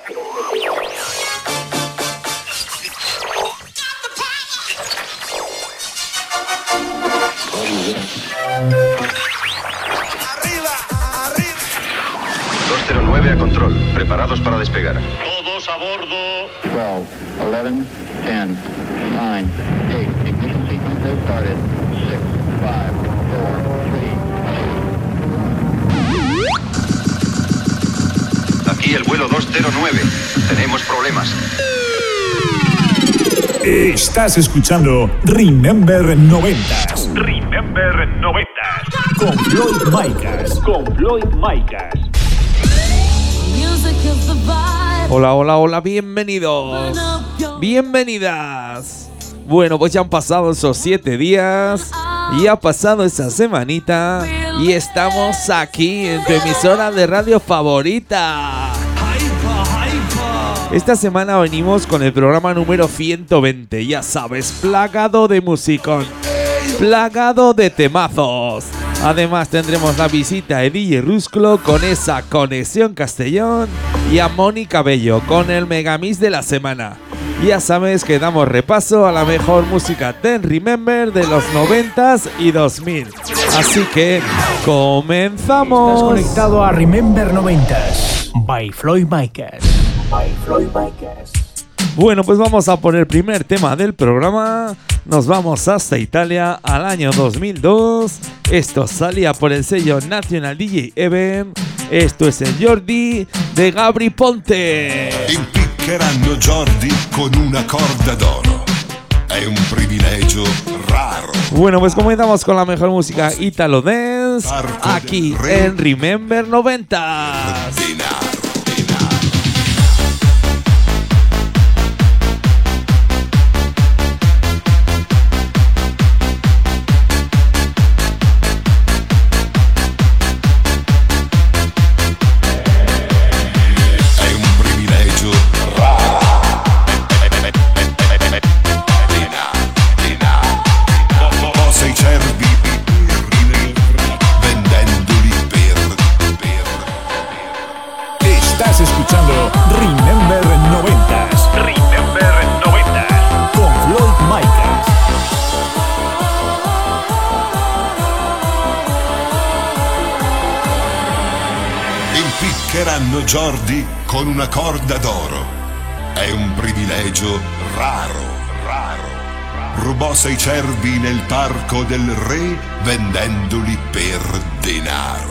A control, preparados para despegar. Todos a bordo. 12, 11, 10, 9, 8, ignition sequence has started. 6, 5, 4, 3. Aquí el vuelo 209. Tenemos problemas. Estás escuchando Remember 90s. Remember 90s. Con Floyd Micas. Hola, hola, hola, bienvenidos. Bienvenidas. Bueno, pues ya han pasado esos 7 días. Y ha pasado esa semanita. Y estamos aquí en tu emisora de radio favorita. Esta semana venimos con el programa número 120. Ya sabes, plagado de musicón, plagado de temazos. Además tendremos la visita de DJ Rusclo con esa conexión Castellón y a Mónica Bello con el megamix de la semana. Ya sabes que damos repaso a la mejor música Ten Remember de los 90s y 2000. Así que comenzamos. Estás conectado a Remember 90s by Floyd Micas. Bueno, pues vamos a por el primer tema del programa. Nos vamos hasta Italia al año 2002. Esto salía por el sello National DJ Event. Esto es el Jordi de Gabri Ponte. Impiccheranno Jordi con una corda d'oro. È un privilegio raro. Bueno, pues comenzamos con la mejor música Italo Dance aquí en Remember 90s. Estás escuchando Remember 90s. Remember 90s. Con Floyd Micas. Impiccheranno Jordi con una corda d'oro. È un privilegio raro. Rubò 6 cervi nel parco del re vendendoli per denaro.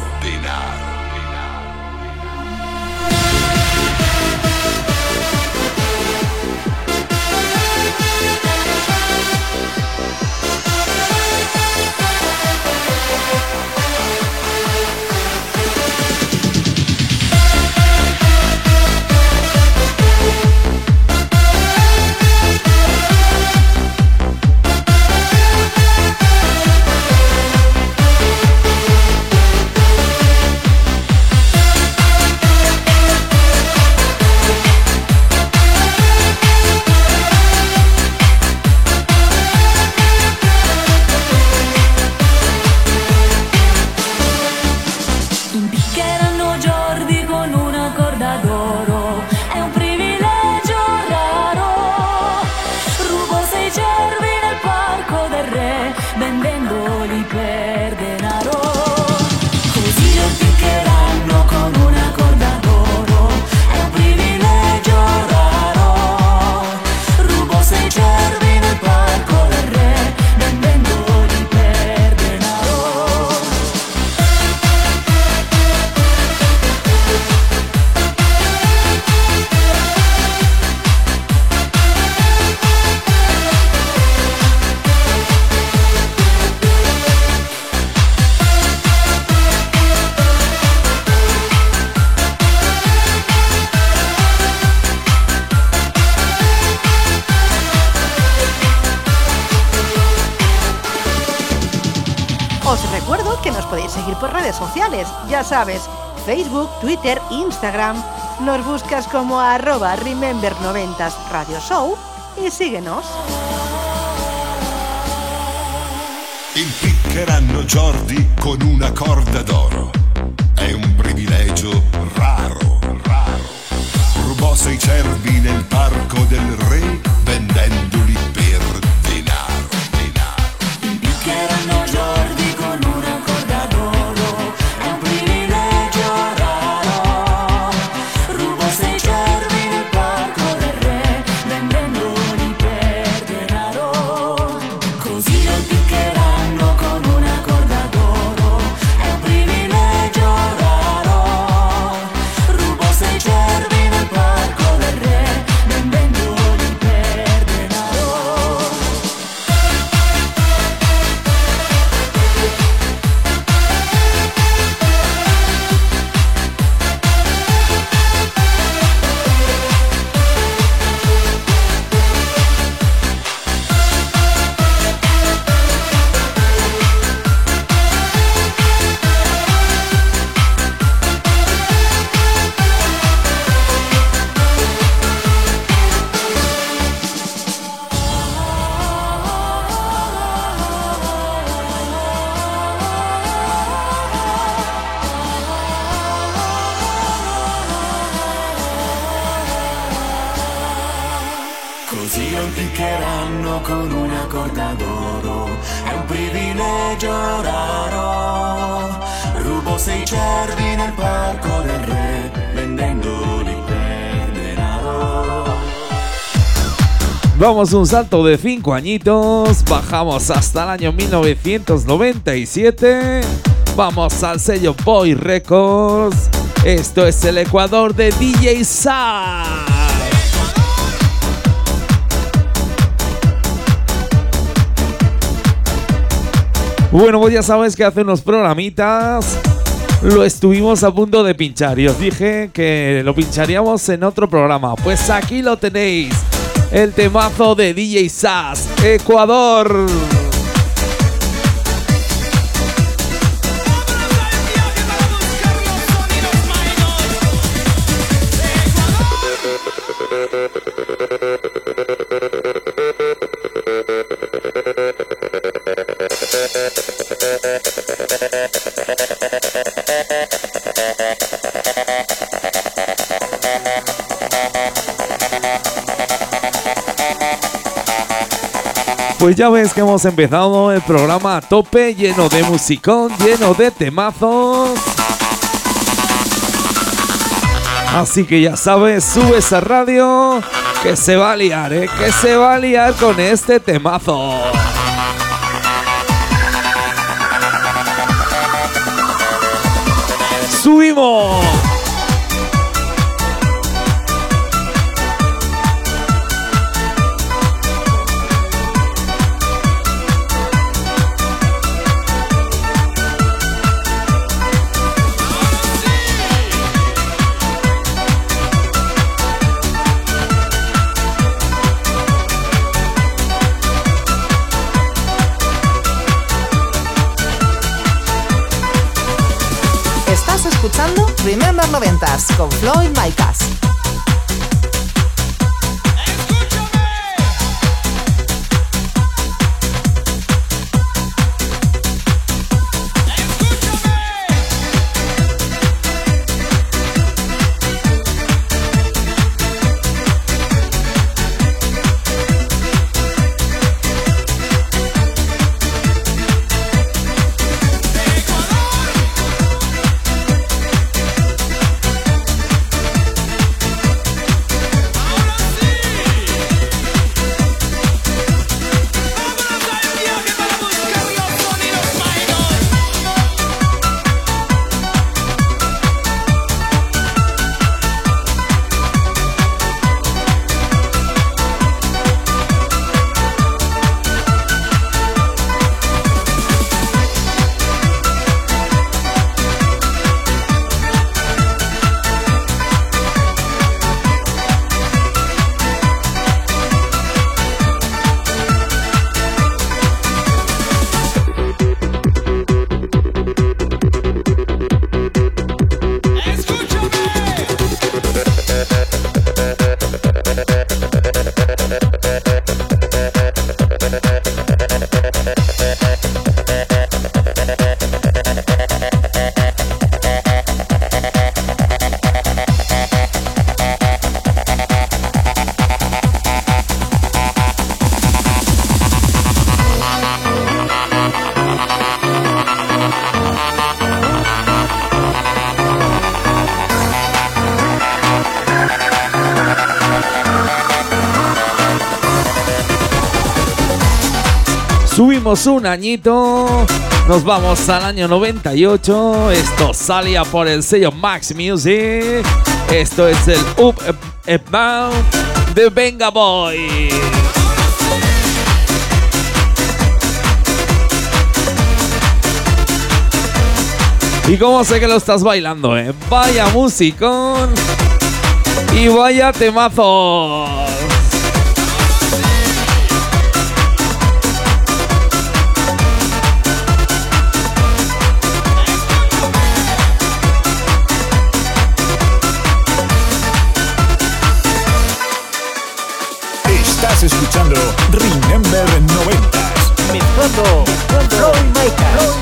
Sociales, ya sabes, Facebook, Twitter, Instagram. Nos buscas como @Remember90s Radio Show y síguenos. Impiccheranno Jordi con una corda d'oro. È un privilegio raro. Rubò 6 si impiccheranno con una corda d'oro, è un privilegio raro. Rubo 6 cervi nel parco del re, vendendoli per denaro. Damos un salto de 5 añitos, bajamos hasta el año 1997, vamos al sello Boy Records. Esto es el Ecuador de DJ Sass. Bueno, pues ya sabes que hace unos programitas lo estuvimos a punto de pinchar y os dije que lo pincharíamos en otro programa. Pues aquí lo tenéis, el temazo de DJ Sass, Ecuador. Pues ya ves que hemos empezado el programa a tope, lleno de musicón, lleno de temazos. Así que ya sabes, sube esa radio, que se va a liar, que se va a liar con este temazo. ¡Subimos! Escuchando Remember 90s con Floyd Micas. Subimos un añito, nos vamos al año 98. Esto salía por el sello Max Music. Esto es el Up Down de Venga Boy. Y como sé que lo estás bailando, vaya musicón y vaya temazos. Estás escuchando Remember 90s. Mezclando Floyd Micas.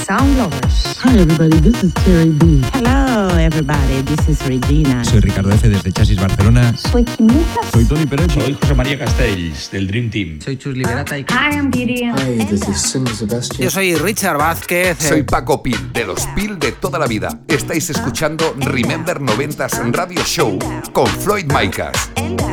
sound lovers. Hi everybody, this is Terry B. Hello everybody, this is Regina. Soy Ricardo F. desde Chasis Barcelona. Soy Kimuka. Soy Toni Pérez. Soy José María Castells, del Dream Team. Soy Chus Liberata y... Hi, I'm Viria. Hi, this is Cindy Sebastian. Yo soy Richard Vázquez. Soy Paco Pil, de los Pil de toda la vida. Estáis escuchando Remember 90s Radio Show con Floyd Micas.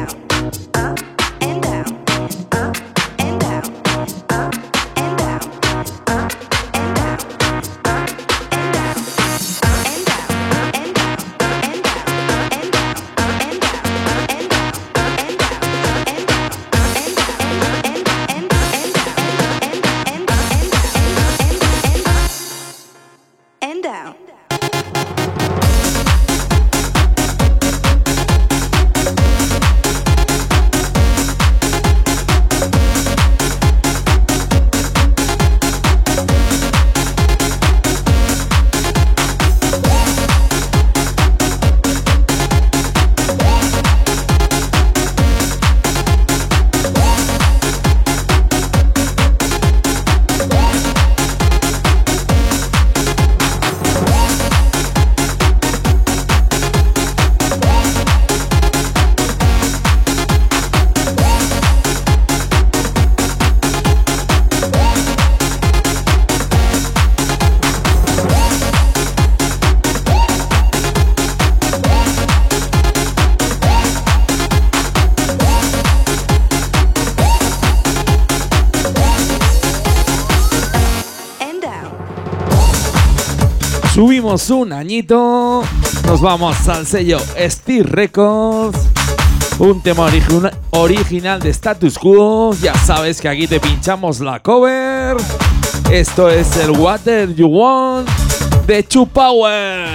Subimos un añito, nos vamos al sello Steel Records, un tema original de Status Quo. Ya sabes que aquí te pinchamos la cover. Esto es el Water You Want de Chu Power.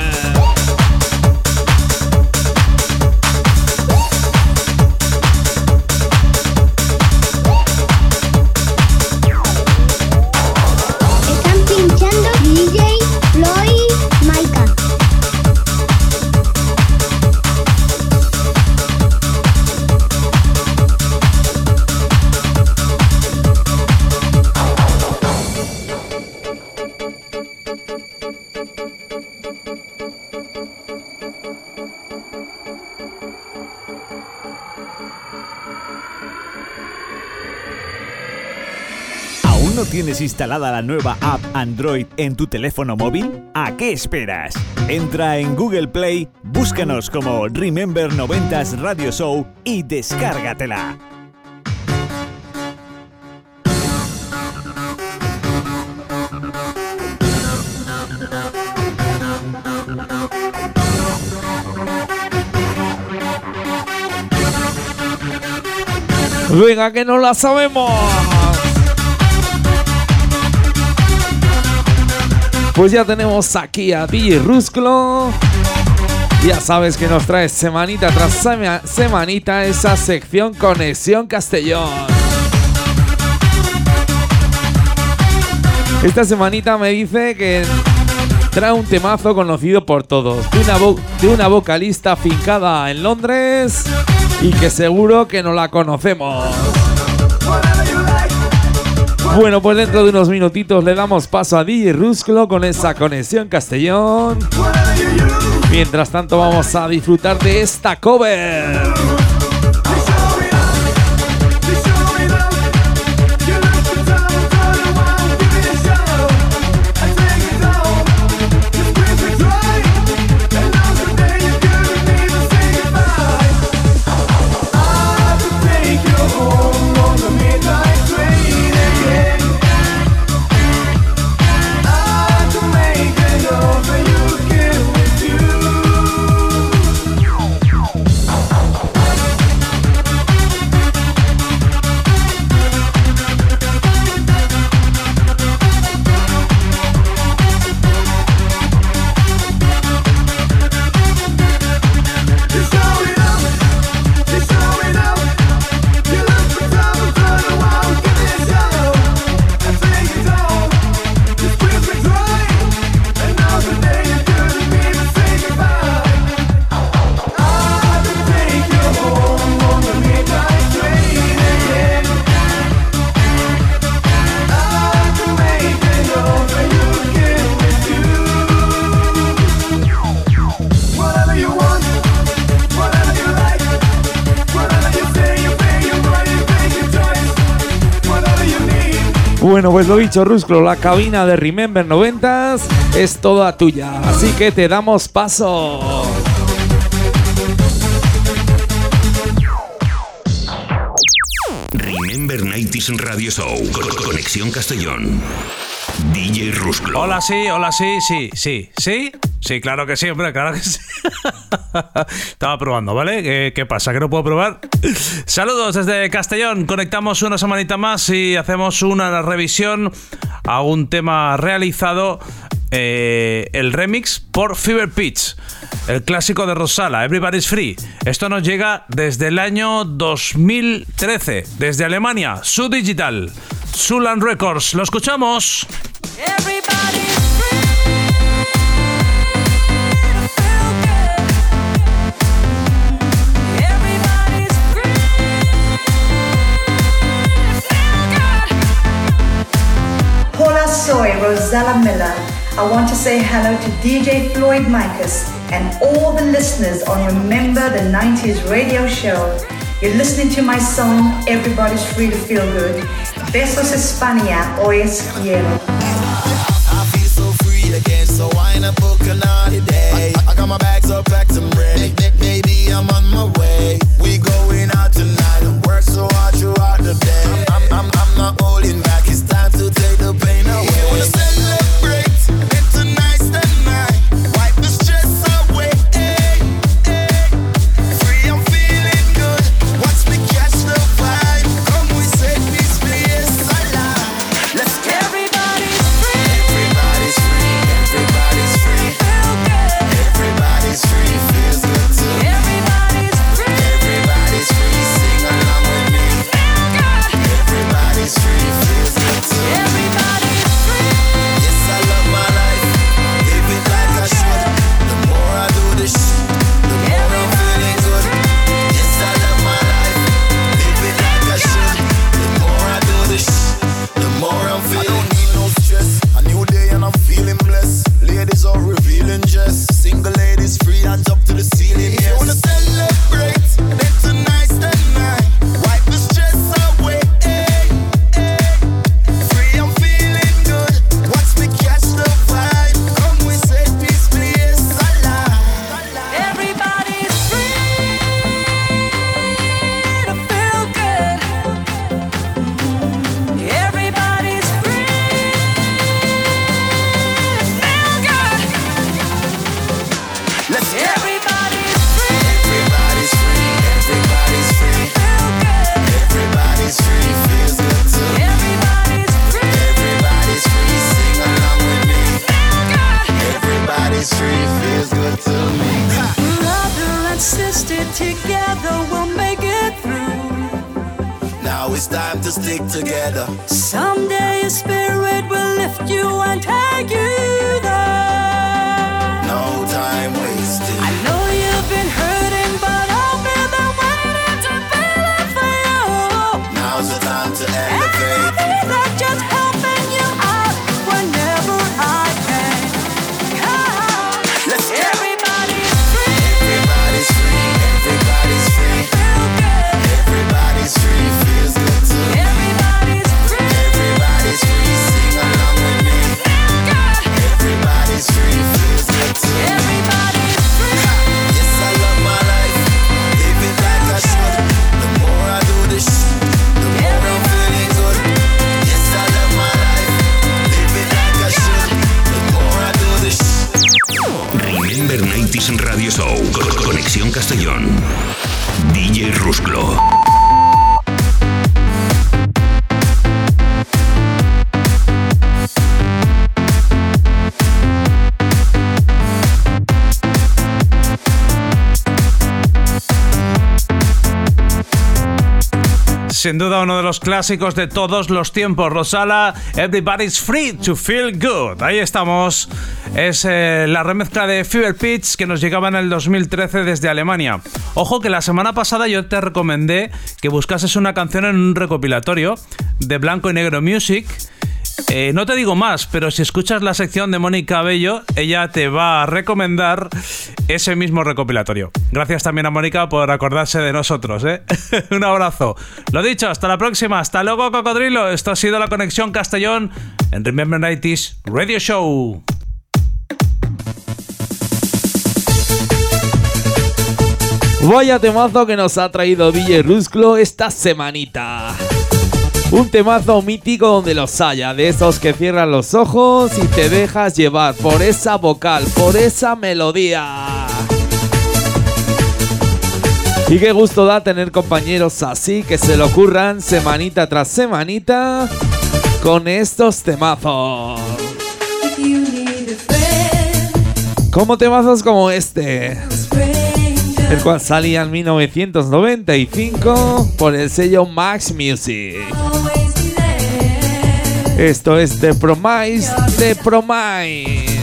¿No tienes instalada la nueva app Android en tu teléfono móvil? ¿A qué esperas? Entra en Google Play, búscanos como Remember 90s Radio Show y descárgatela. Venga, que no la sabemos. Pues ya tenemos aquí a DJ Rusclo. Ya sabes que nos trae semanita tras semanita esa sección Conexión Castellón. Esta semanita me dice que trae un temazo conocido por todos, de una vocalista afincada en Londres y que seguro que no la conocemos. Bueno, pues dentro de unos minutitos le damos paso a DJ Rusclo con esa Conexión Castellón. Mientras tanto vamos a disfrutar de esta cover. Bueno, pues lo dicho, Rusclo, la cabina de Remember 90s es toda tuya, así que te damos paso. Remember 90s Radio Show. Conexión Castellón. DJ Rusclo. Hola, sí, claro que sí, hombre, claro que sí. Estaba probando, ¿vale? ¿Qué pasa? ¿Que no puedo probar? Saludos desde Castellón. Conectamos una semanita más y hacemos una revisión a un tema realizado, el remix por Fever Pitch, el clásico de Rosala, Everybody's Free. Esto nos llega desde el año 2013, desde Alemania, Su Digital, Sulan Records. Lo escuchamos. Hola, soy Rosala Miller. I want to say hello to DJ Floyd Micas and all the listeners on Remember the 90s radio show. You're listening to my song, Everybody's Free to Feel Good. Besos España, hoy es quiero. I feel so free again, so why not book an holiday? I got my bags up, packed and ready. Maybe I'm on my way. We going out tonight and work so hard throughout the day. I'm not holding back. It's time to take the pain away. You wanna celebrate? It's a nice night. Wipe the stress away. Free, I'm feeling good. Watch me catch the vibe. Come, we set this place alive. Let's get everybody's free. Everybody's free. Everybody's free. Everybody's free. Feels good too. Everybody's free. Everybody's free. Sing along with me. Everybody's free. Feels good too. Everybody's free. Yes, I love my life. Live it like I should. The more I do this shit, the more I'm feeling good. Yes, I love my life. Live it like I should. The more I do this shit, the more I'm feeling. I don't need no stress. A new day and I'm feeling blessed. Ladies are revealing just. Single ladies free, hands up to the ceiling. Yes. You wanna celebrate? And it's a nice night. Wipe the stress away. Free, I'm feeling good. Watch me catch the vibe. Come, we set this place alive. Everybody's free to feel good. Everybody's free to feel good. Let's go. Everybody's free. Everybody's free. Everybody's free. Feel good. Everybody's free. Feels good too. Everybody's free. Everybody's free. Sing along with me. Feel good. Everybody's free. Feels good to me. Brother and sister together we'll make it through. Now it's time to stick together. Someday a spirit will lift you and take you there. No time wasted. I know you've been hurting, but I'll be there waiting to feel it for you. Now's the time to elevate. I'll be there just helping you out whenever I can. Come. Let's go. Everybody's free. Everybody's free. Everybody's free. Feel good. Everybody's free. Feels good too. Everybody's free. Everybody's free. Sing along with me. Feel good. Everybody's free. Feels good too. Everybody's free. Yes, I love my life. Live it like I should. The more I do this shit, the more I'm feeling good. Yes, I love my life. Live it like I should. The more I do this shit. Remember 90s Radio Show. Conexión Castellón. DJ Rusclo. Sin duda uno de los clásicos de todos los tiempos, Rosala, Everybody's Free to Feel Good. Ahí estamos. Es la remezcla de Fever Pitch que nos llegaba en el 2013 desde Alemania. Ojo que la semana pasada yo te recomendé que buscases una canción en un recopilatorio de Blanco y Negro Music No te digo más, pero si escuchas la sección de Mónica Bello, ella te va a recomendar ese mismo recopilatorio. Gracias también a Mónica por acordarse de nosotros, ¿eh? Un abrazo. Lo dicho, hasta la próxima. Hasta luego, cocodrilo. Esto ha sido la Conexión Castellón en Remember 90s Radio Show. Vaya temazo que nos ha traído DJ Rusclo esta semanita. Un temazo mítico donde los haya, de esos que cierran los ojos y te dejas llevar por esa vocal, por esa melodía. Y qué gusto da tener compañeros así que se lo ocurran semanita tras semanita con estos temazos. Como temazos como este, el cual salía en 1995 por el sello Max Music. Esto es The Promise, The Promise.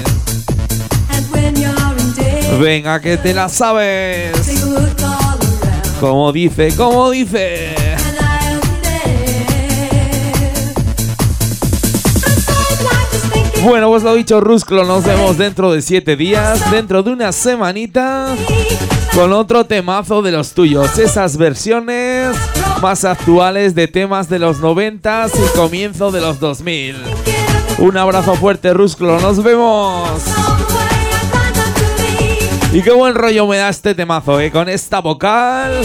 Venga que te la sabes. Como dice, como dice. Bueno, pues lo dicho, Rusclo, nos vemos dentro de 7 días, dentro de una semanita, con otro temazo de los tuyos. Esas versiones más actuales de temas de los 90s y comienzo de los 2000. Un abrazo fuerte, Rusclo, nos vemos. Y qué buen rollo me da este temazo, con esta vocal.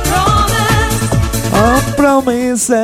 I promise.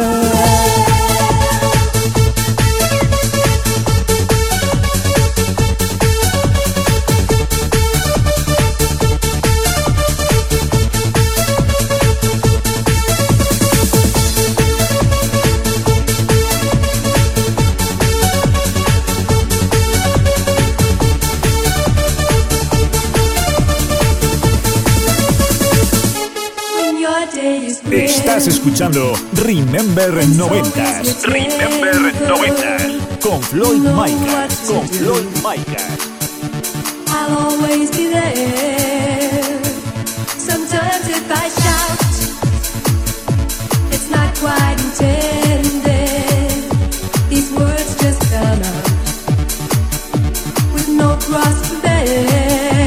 Estás escuchando Remember 90s. Remember 90s. Con Floyd Micas. Con Floyd Micas. I'll always be there. Sometimes if I shout, it's not quite intended. These words just come out with no cross to bear.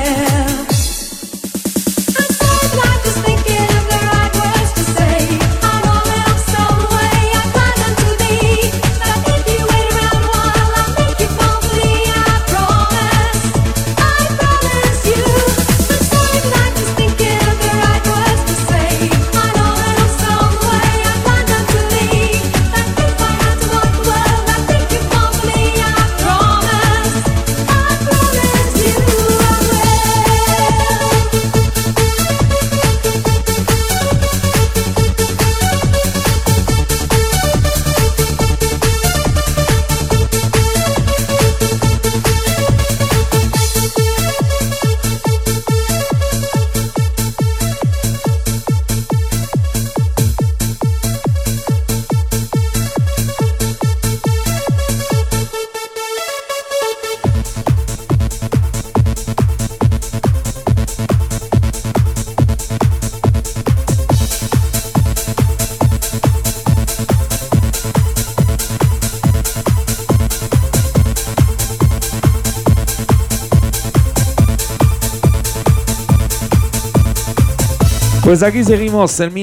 Pues aquí seguimos en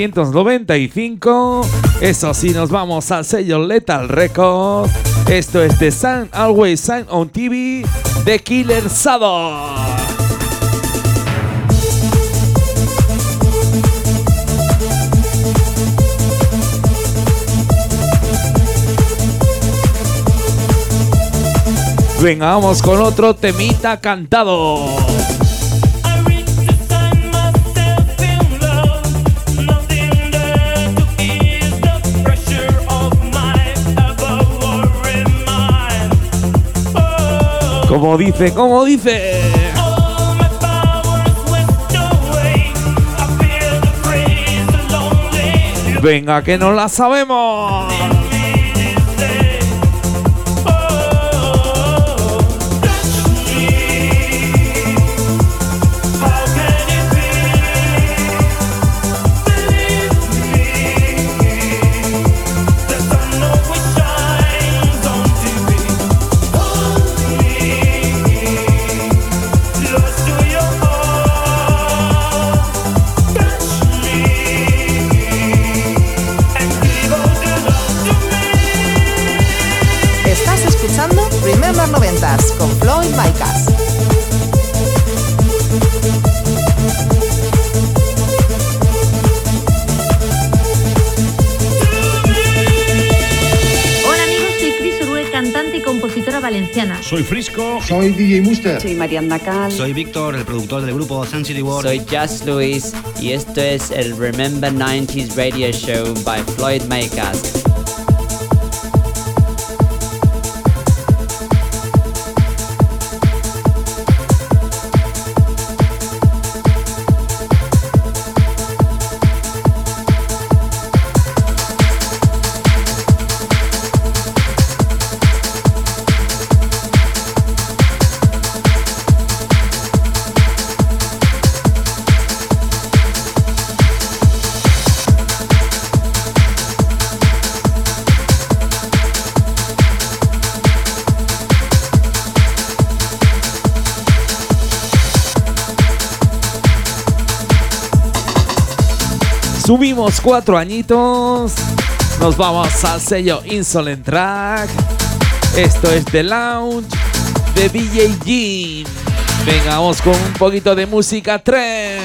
1995. Eso sí, nos vamos al sello Lethal Records. Esto es The Sun Always Shine on TV de Killer Sado. Venga, vamos con otro temita cantado. Como dice, como dice. Venga, que no la sabemos. Luciana. Soy Frisco. Soy DJ Muster. Soy Mariana Cal. Soy Víctor, el productor del grupo Sun City World. Soy Just Luis y esto es el Remember 90s Radio Show by Floyd Makers. Subimos 4 añitos. Nos vamos al sello Insolent Track. Esto es The Lounge de DJ Jean. Vengamos con un poquito de música trance.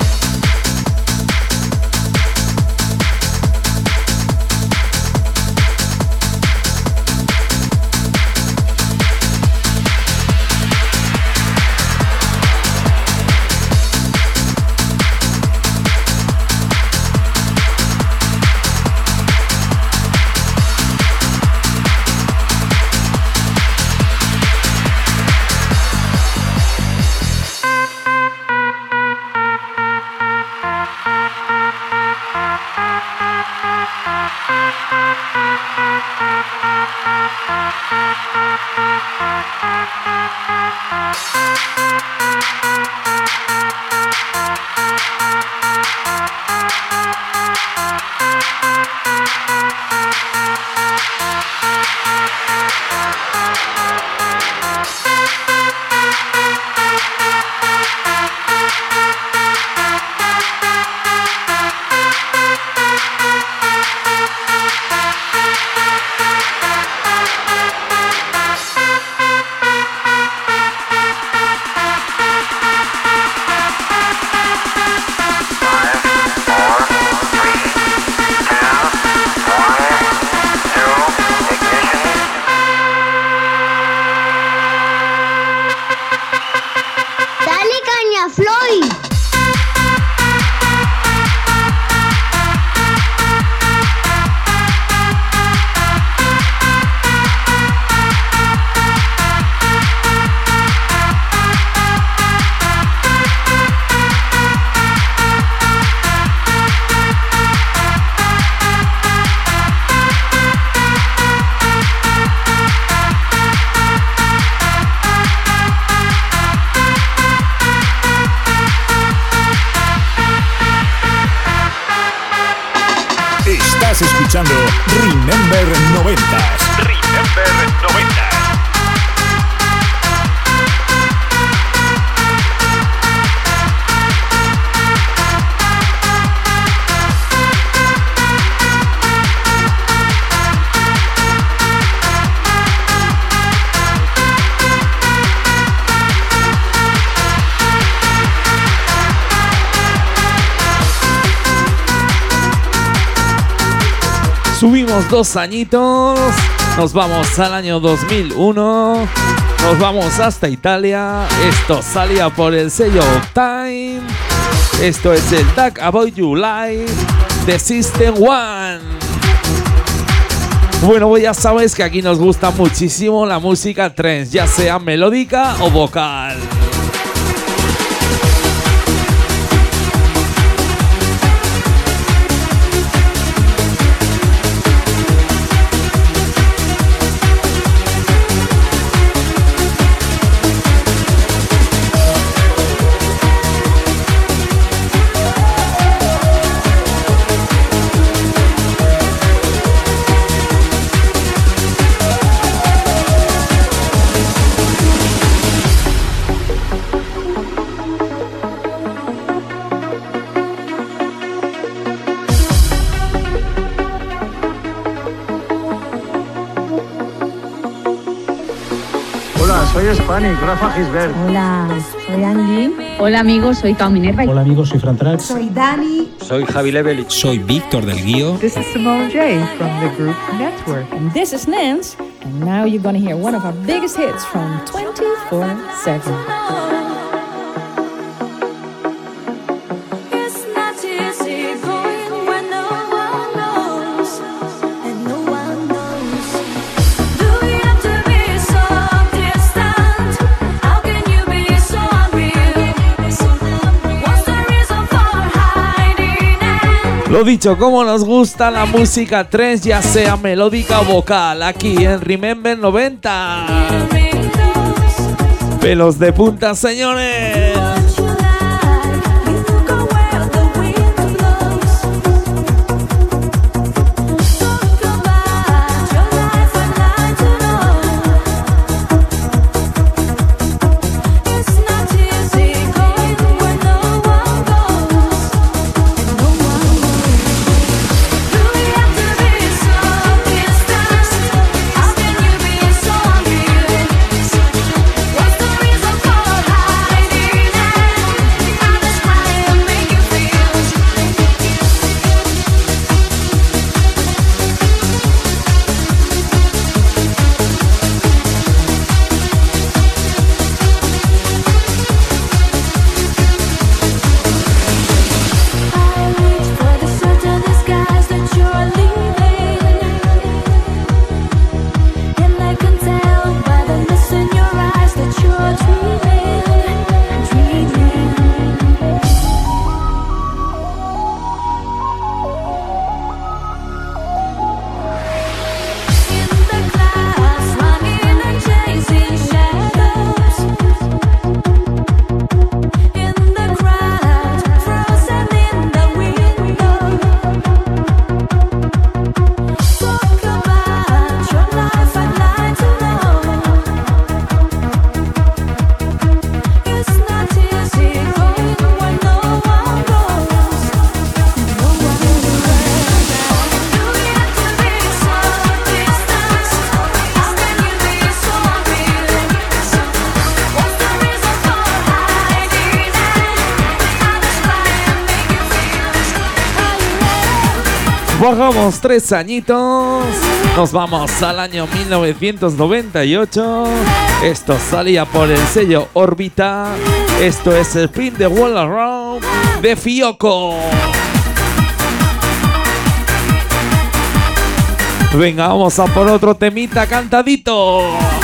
Escuchando Remember 90s. Remember 90s. Subimos 2 añitos, nos vamos al año 2001, nos vamos hasta Italia. Esto salía por el sello Time. Esto es el Talk About You Live de System One. Bueno, pues ya sabes que aquí nos gusta muchísimo la música trance, ya sea melódica o vocal. Soy Spanish, Rafa Gisbert. Hola, soy Angie. Hola amigos, soy Cao Minerva. Hola amigos, soy Fran Trax. Soy Dani. Soy Javi Levelich. Soy Víctor del Guío. This is Simone J from the group Network. And this is Nance And now you're gonna hear one of our biggest hits from 24/7. Lo dicho, como nos gusta la música trance, ya sea melódica o vocal, aquí en Remember 90. Pelos de punta, señores. Bajamos 3 añitos, nos vamos al año 1998. Esto salía por el sello Orbita. Esto es el Spin the Wall Around de Fiocco. Venga, vamos a por otro temita cantadito.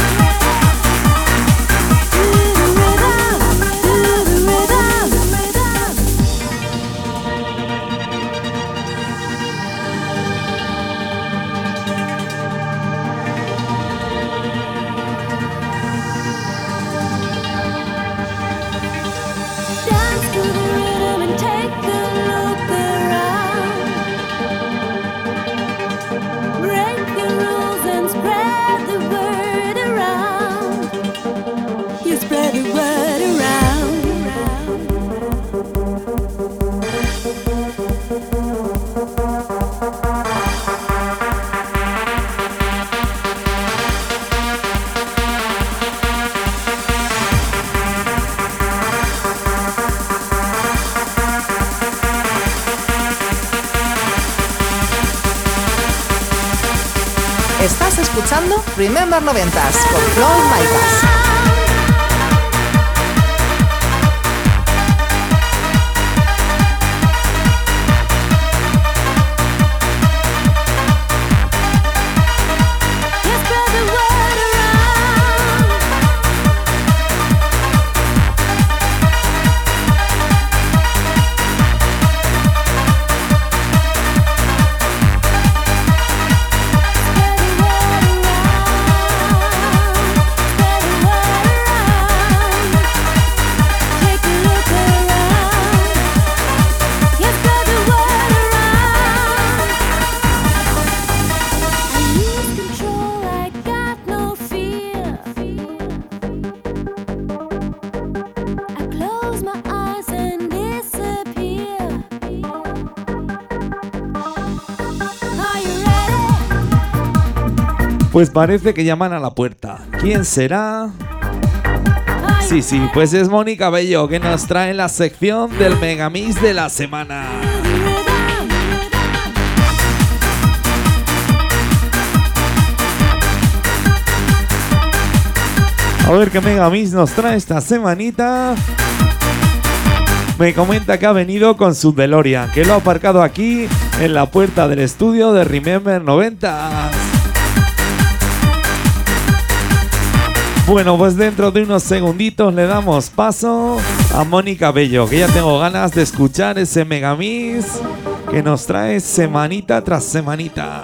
Estás escuchando Remember 90s con Floyd Micas. Pues parece que llaman a la puerta. ¿Quién será? Sí, pues es Mónica Bello, que nos trae la sección del Megamix de la semana. A ver qué Megamix nos trae esta semanita. Me comenta que ha venido con su DeLorean, que lo ha aparcado aquí en la puerta del estudio de Remember 90. Bueno, pues dentro de unos segunditos le damos paso a Mónica Bello, que ya tengo ganas de escuchar ese Megamix que nos trae semanita tras semanita.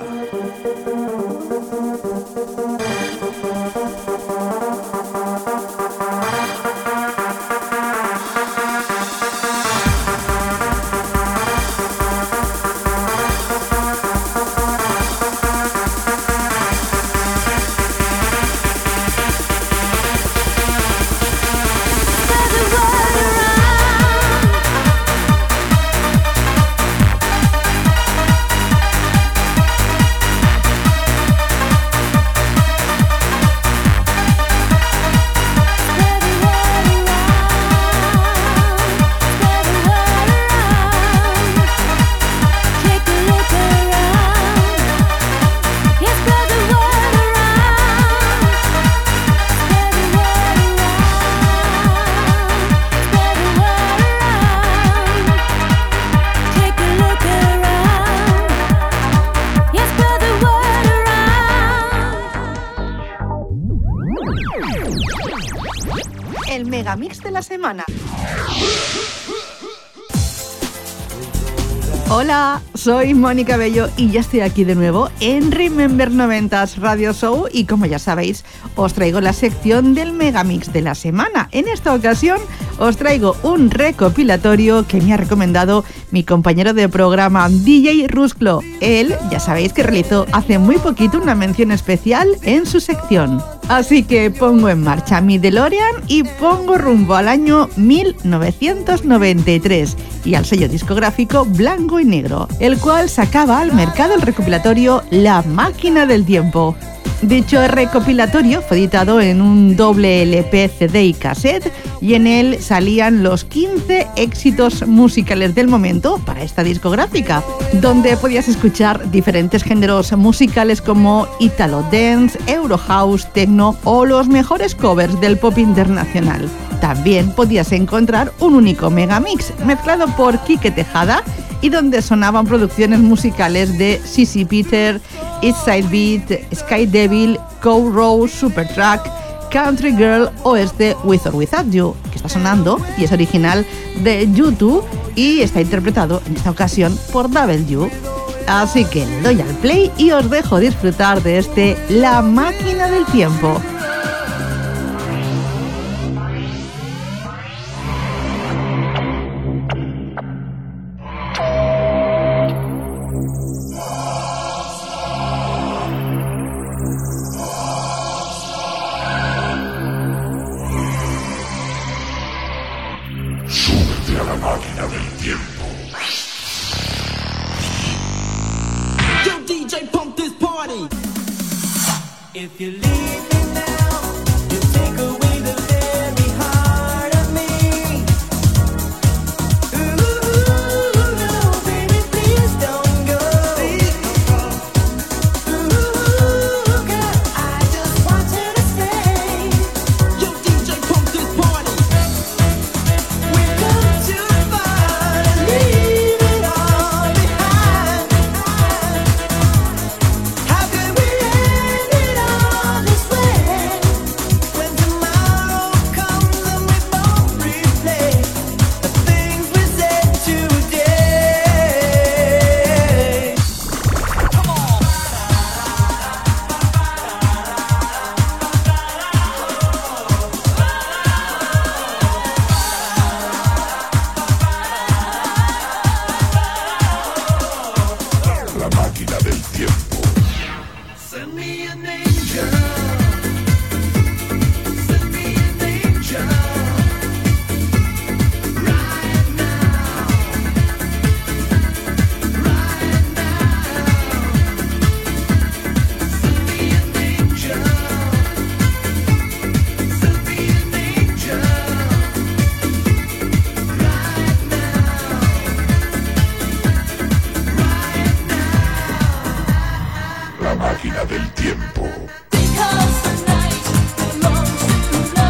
El Megamix de la semana. Hola, soy Mónica Bello y ya estoy aquí de nuevo en Remember 90s Radio Show y como ya sabéis, os traigo la sección del Megamix de la semana. En esta ocasión os traigo un recopilatorio que me ha recomendado mi compañero de programa DJ Rusklo. Él, ya sabéis que realizó hace muy poquito una mención especial en su sección. Así que pongo en marcha mi DeLorean y pongo rumbo al año 1993 y al sello discográfico Blanco y Negro, el cual sacaba al mercado el recopilatorio La Máquina del Tiempo. Dicho recopilatorio fue editado en un doble LP, CD y cassette y en él salían los 15 éxitos musicales del momento para esta discográfica, donde podías escuchar diferentes géneros musicales como Italo Dance, Euro House, Techno o los mejores covers del pop internacional. También podías encontrar un único megamix mezclado por Quique Tejada y donde sonaban producciones musicales de Sissy Peter, Eastside Beat, Sky Devil, Cold Rose, Supertrack, Country Girl o este With or Without You, que está sonando y es original de U2 y está interpretado en esta ocasión por W. Así que le doy al play y os dejo disfrutar de este La Máquina del Tiempo. If you leave me now, you take away the very heart of me. Ooh, no, baby, please don't go. Ooh, girl, I just want you to stay. Yo, DJ, pump this party. We've come too far to leave it all behind. How could we end it all this way? When tomorrow comes and we both replay the things we said today. Come on. La máquina del tiempo. Send me an angel. Send me an angel. Right now. Right now. Send me an angel. Send me an angel. Right now. La máquina del tiempo. Because the night belongs to love.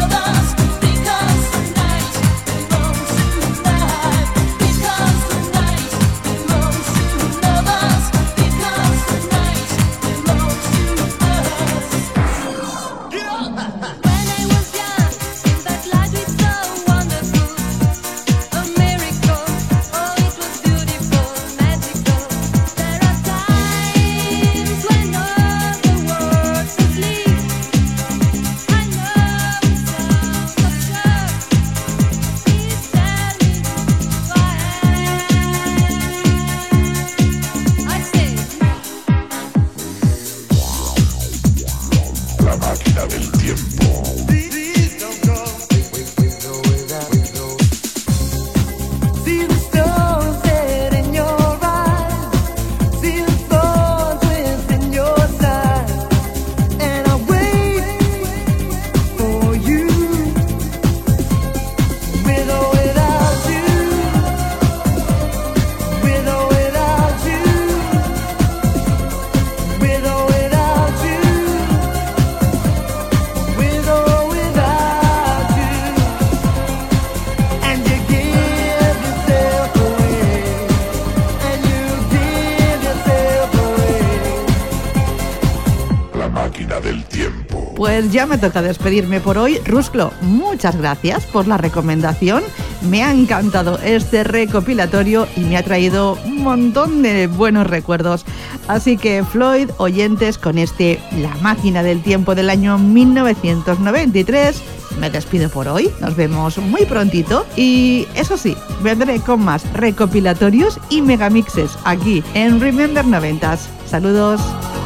Pues ya me toca despedirme por hoy. Rusclo, muchas gracias por la recomendación. Me ha encantado este recopilatorio y me ha traído un montón de buenos recuerdos. Así que, Floyd, oyentes, con este La Máquina del Tiempo del año 1993, me despido por hoy. Nos vemos muy prontito. Y eso sí, vendré con más recopilatorios y megamixes aquí en Remember 90s. Saludos.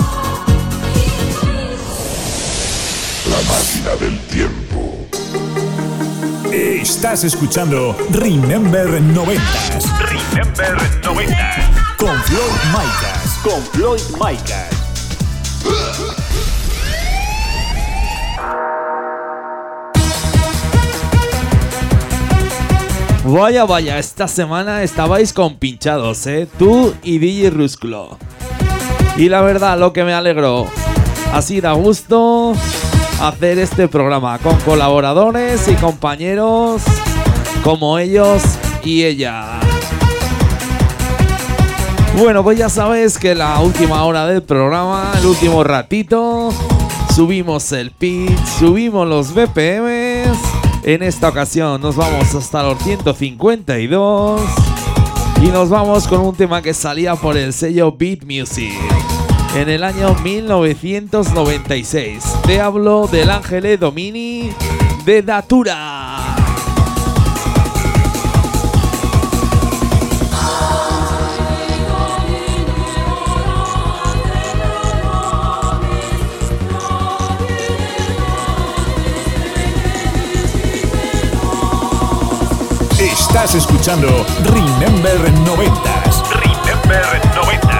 La Máquina del Tiempo. Estás escuchando Remember 90s. Remember 90s. Con Floyd Micas. Con Floyd Micas. Vaya, vaya, esta semana estabais compinchados, tú y DJ Rusclo. Y la verdad, lo que me alegró, así da gusto hacer este programa con colaboradores y compañeros como ellos y ella. Bueno, pues ya sabéis que la última hora del programa, el último ratito, subimos el pitch, subimos los BPMs. En esta ocasión nos vamos hasta los 152 y nos vamos con un tema que salía por el sello Beat Music en el año 1996. Te hablo del Angele Domini de Datura. Estás escuchando Remember 90s. Remember 90s.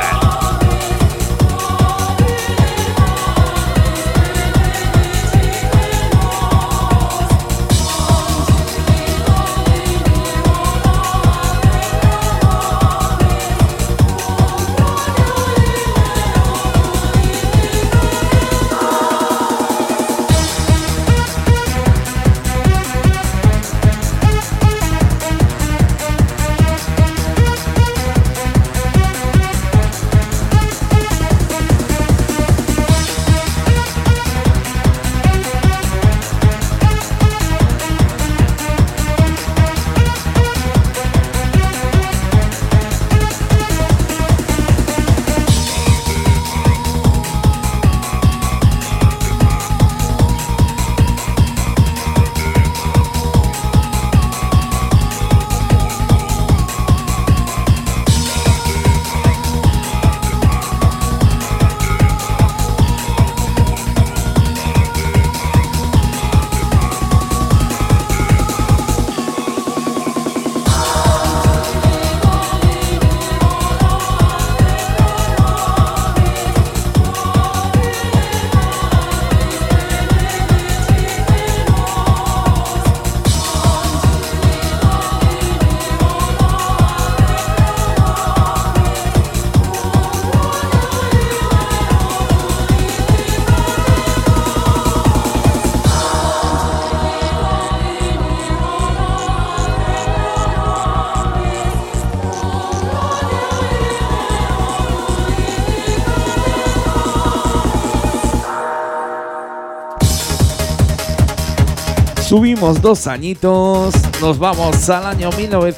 Subimos 2 añitos, nos vamos al año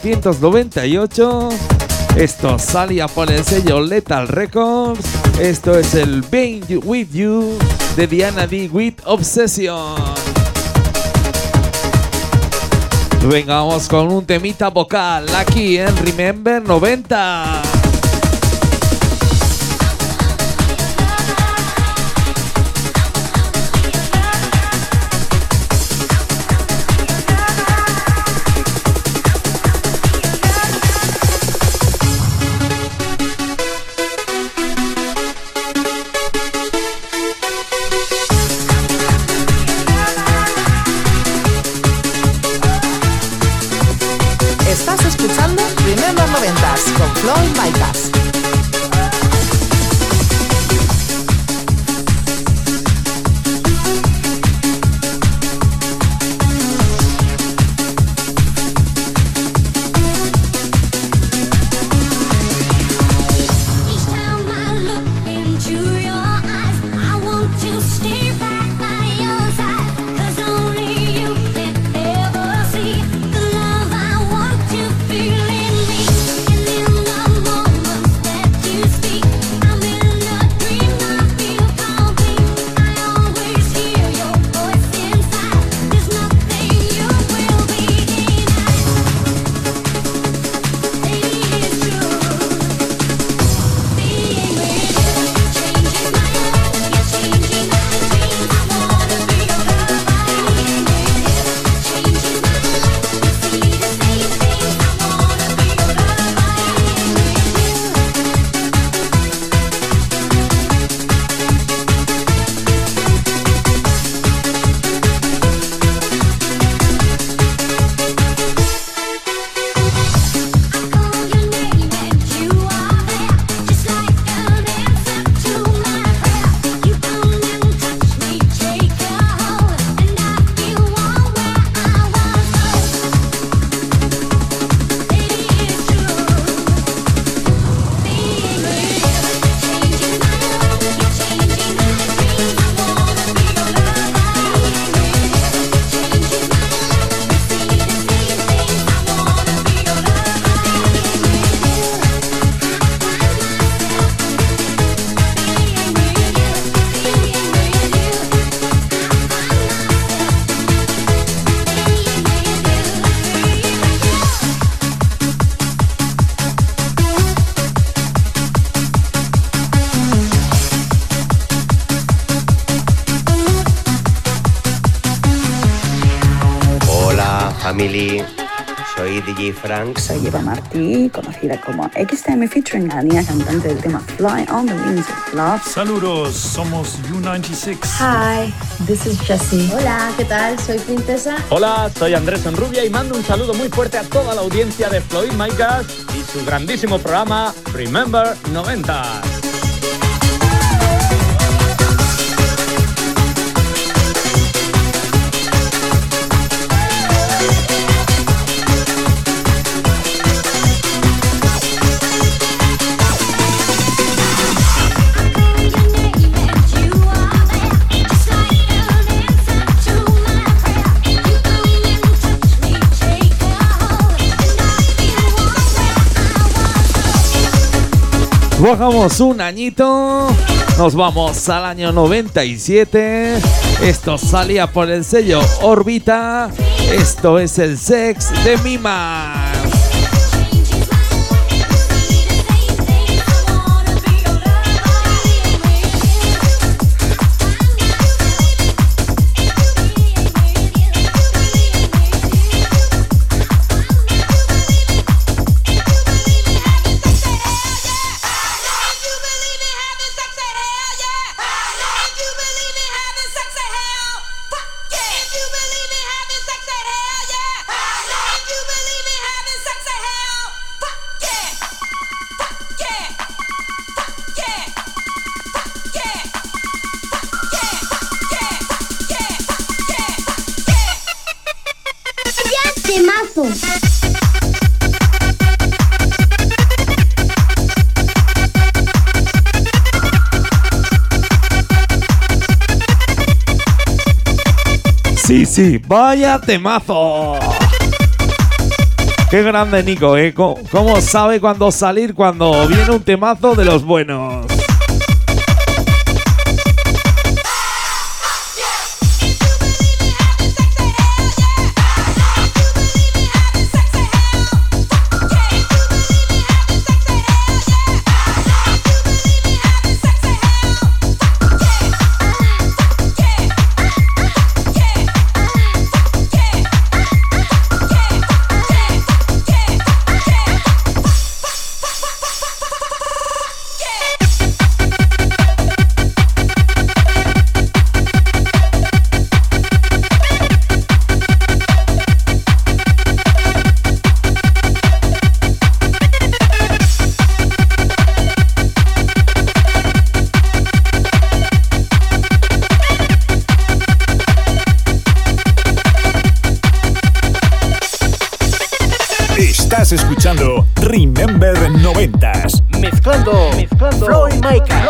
1998. Esto salía por el sello Lethal Records. Esto es el Being With You de Diana D with Obsession. Venga, vamos con un temita vocal aquí en Remember 90. Estás escuchando Remember 90s con Floyd Micas. Each time I look into your eyes, I want to stay right by your Emily. Soy DJ Frank. Soy Eva Martí, conocida como XTM featuring la niña cantante del tema Fly on the Wings of Love. Saludos, somos U96. Hi, this is Jessie. Hola, ¿qué tal? Soy Princesa. Hola, soy Andrés Enrubia y mando un saludo muy fuerte a toda la audiencia de Floyd Micas y su grandísimo programa Remember 90. Bajamos un añito, nos vamos al año 97. Esto salía por el sello Orbita. Esto es el Sex de Mima. Sí, vaya temazo. Qué grande Nico, ¿eh? ¿Cómo sabe cuándo salir cuando viene un temazo de los buenos? Estás escuchando Remember 90s. Mezclando Floyd Micas.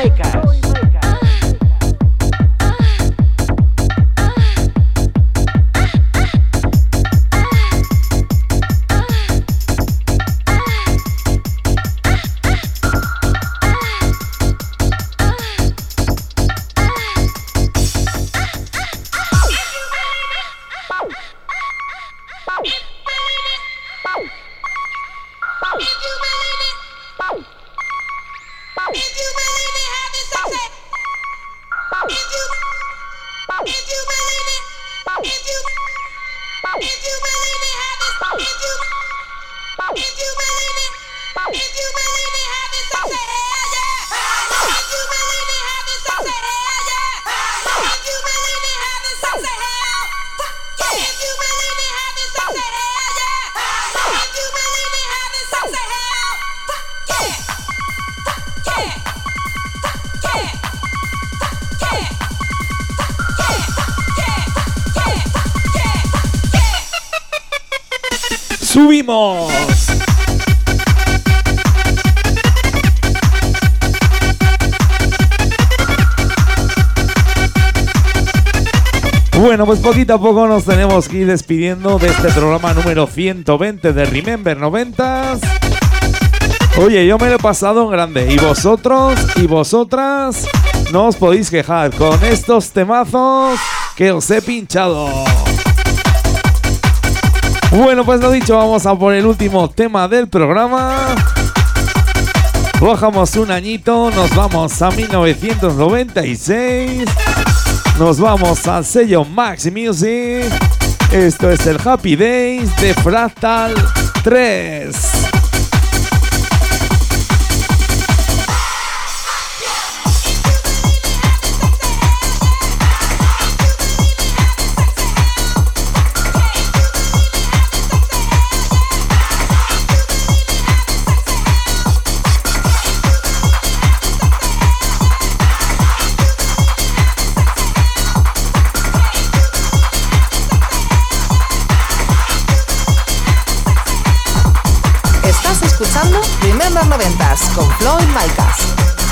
¡Subimos! Bueno, pues poquito a poco nos tenemos que ir despidiendo de este programa número 120 de Remember 90s. Oye, yo me lo he pasado en grande. Y vosotros y vosotras no os podéis quejar con estos temazos que os he pinchado. Bueno, pues lo dicho, vamos a por el último tema del programa. Bajamos un añito, nos vamos a 1996. Nos vamos al sello Max Music. Esto es el Happy Days de Fractal 3. Escuchando Remember 90s con Floyd Micas.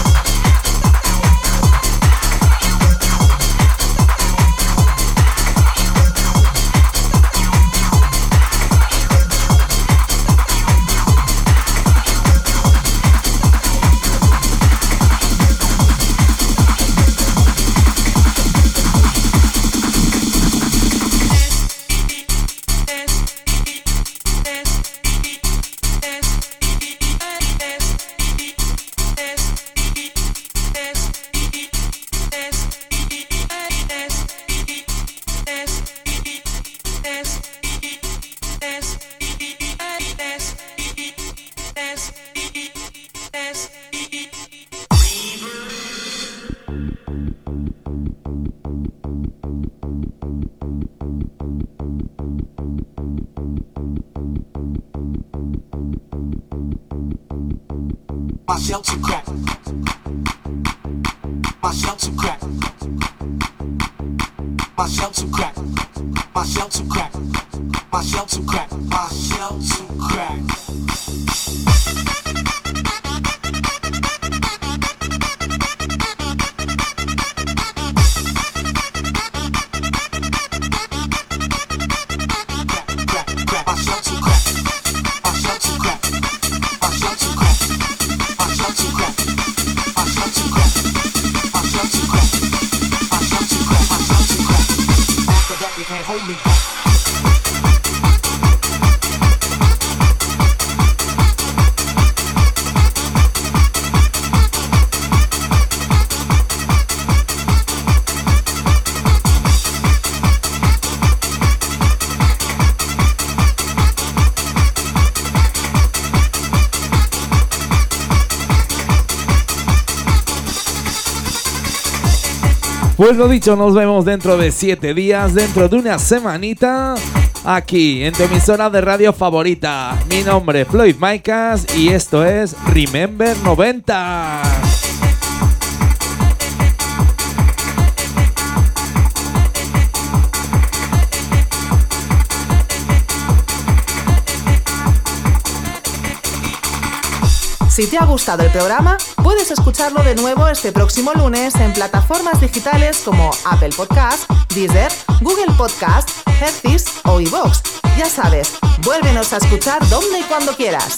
My shell to crack. My shell to crack. My shell to crack. My shell to crack. My shell to crack. My shell to crack. Pues lo dicho, nos vemos dentro de 7 días, dentro de una semanita, aquí en tu emisora de radio favorita. Mi nombre es Floyd Micas y esto es Remember 90. Si te ha gustado el programa, puedes escucharlo de nuevo este próximo lunes en plataformas digitales como Apple Podcast, Deezer, Google Podcast, Hearthis o iVoox. Ya sabes, vuélvenos a escuchar donde y cuando quieras.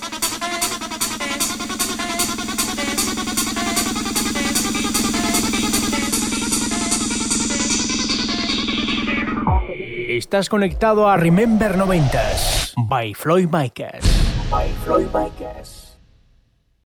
Estás conectado a Remember 90s by Floyd Micas.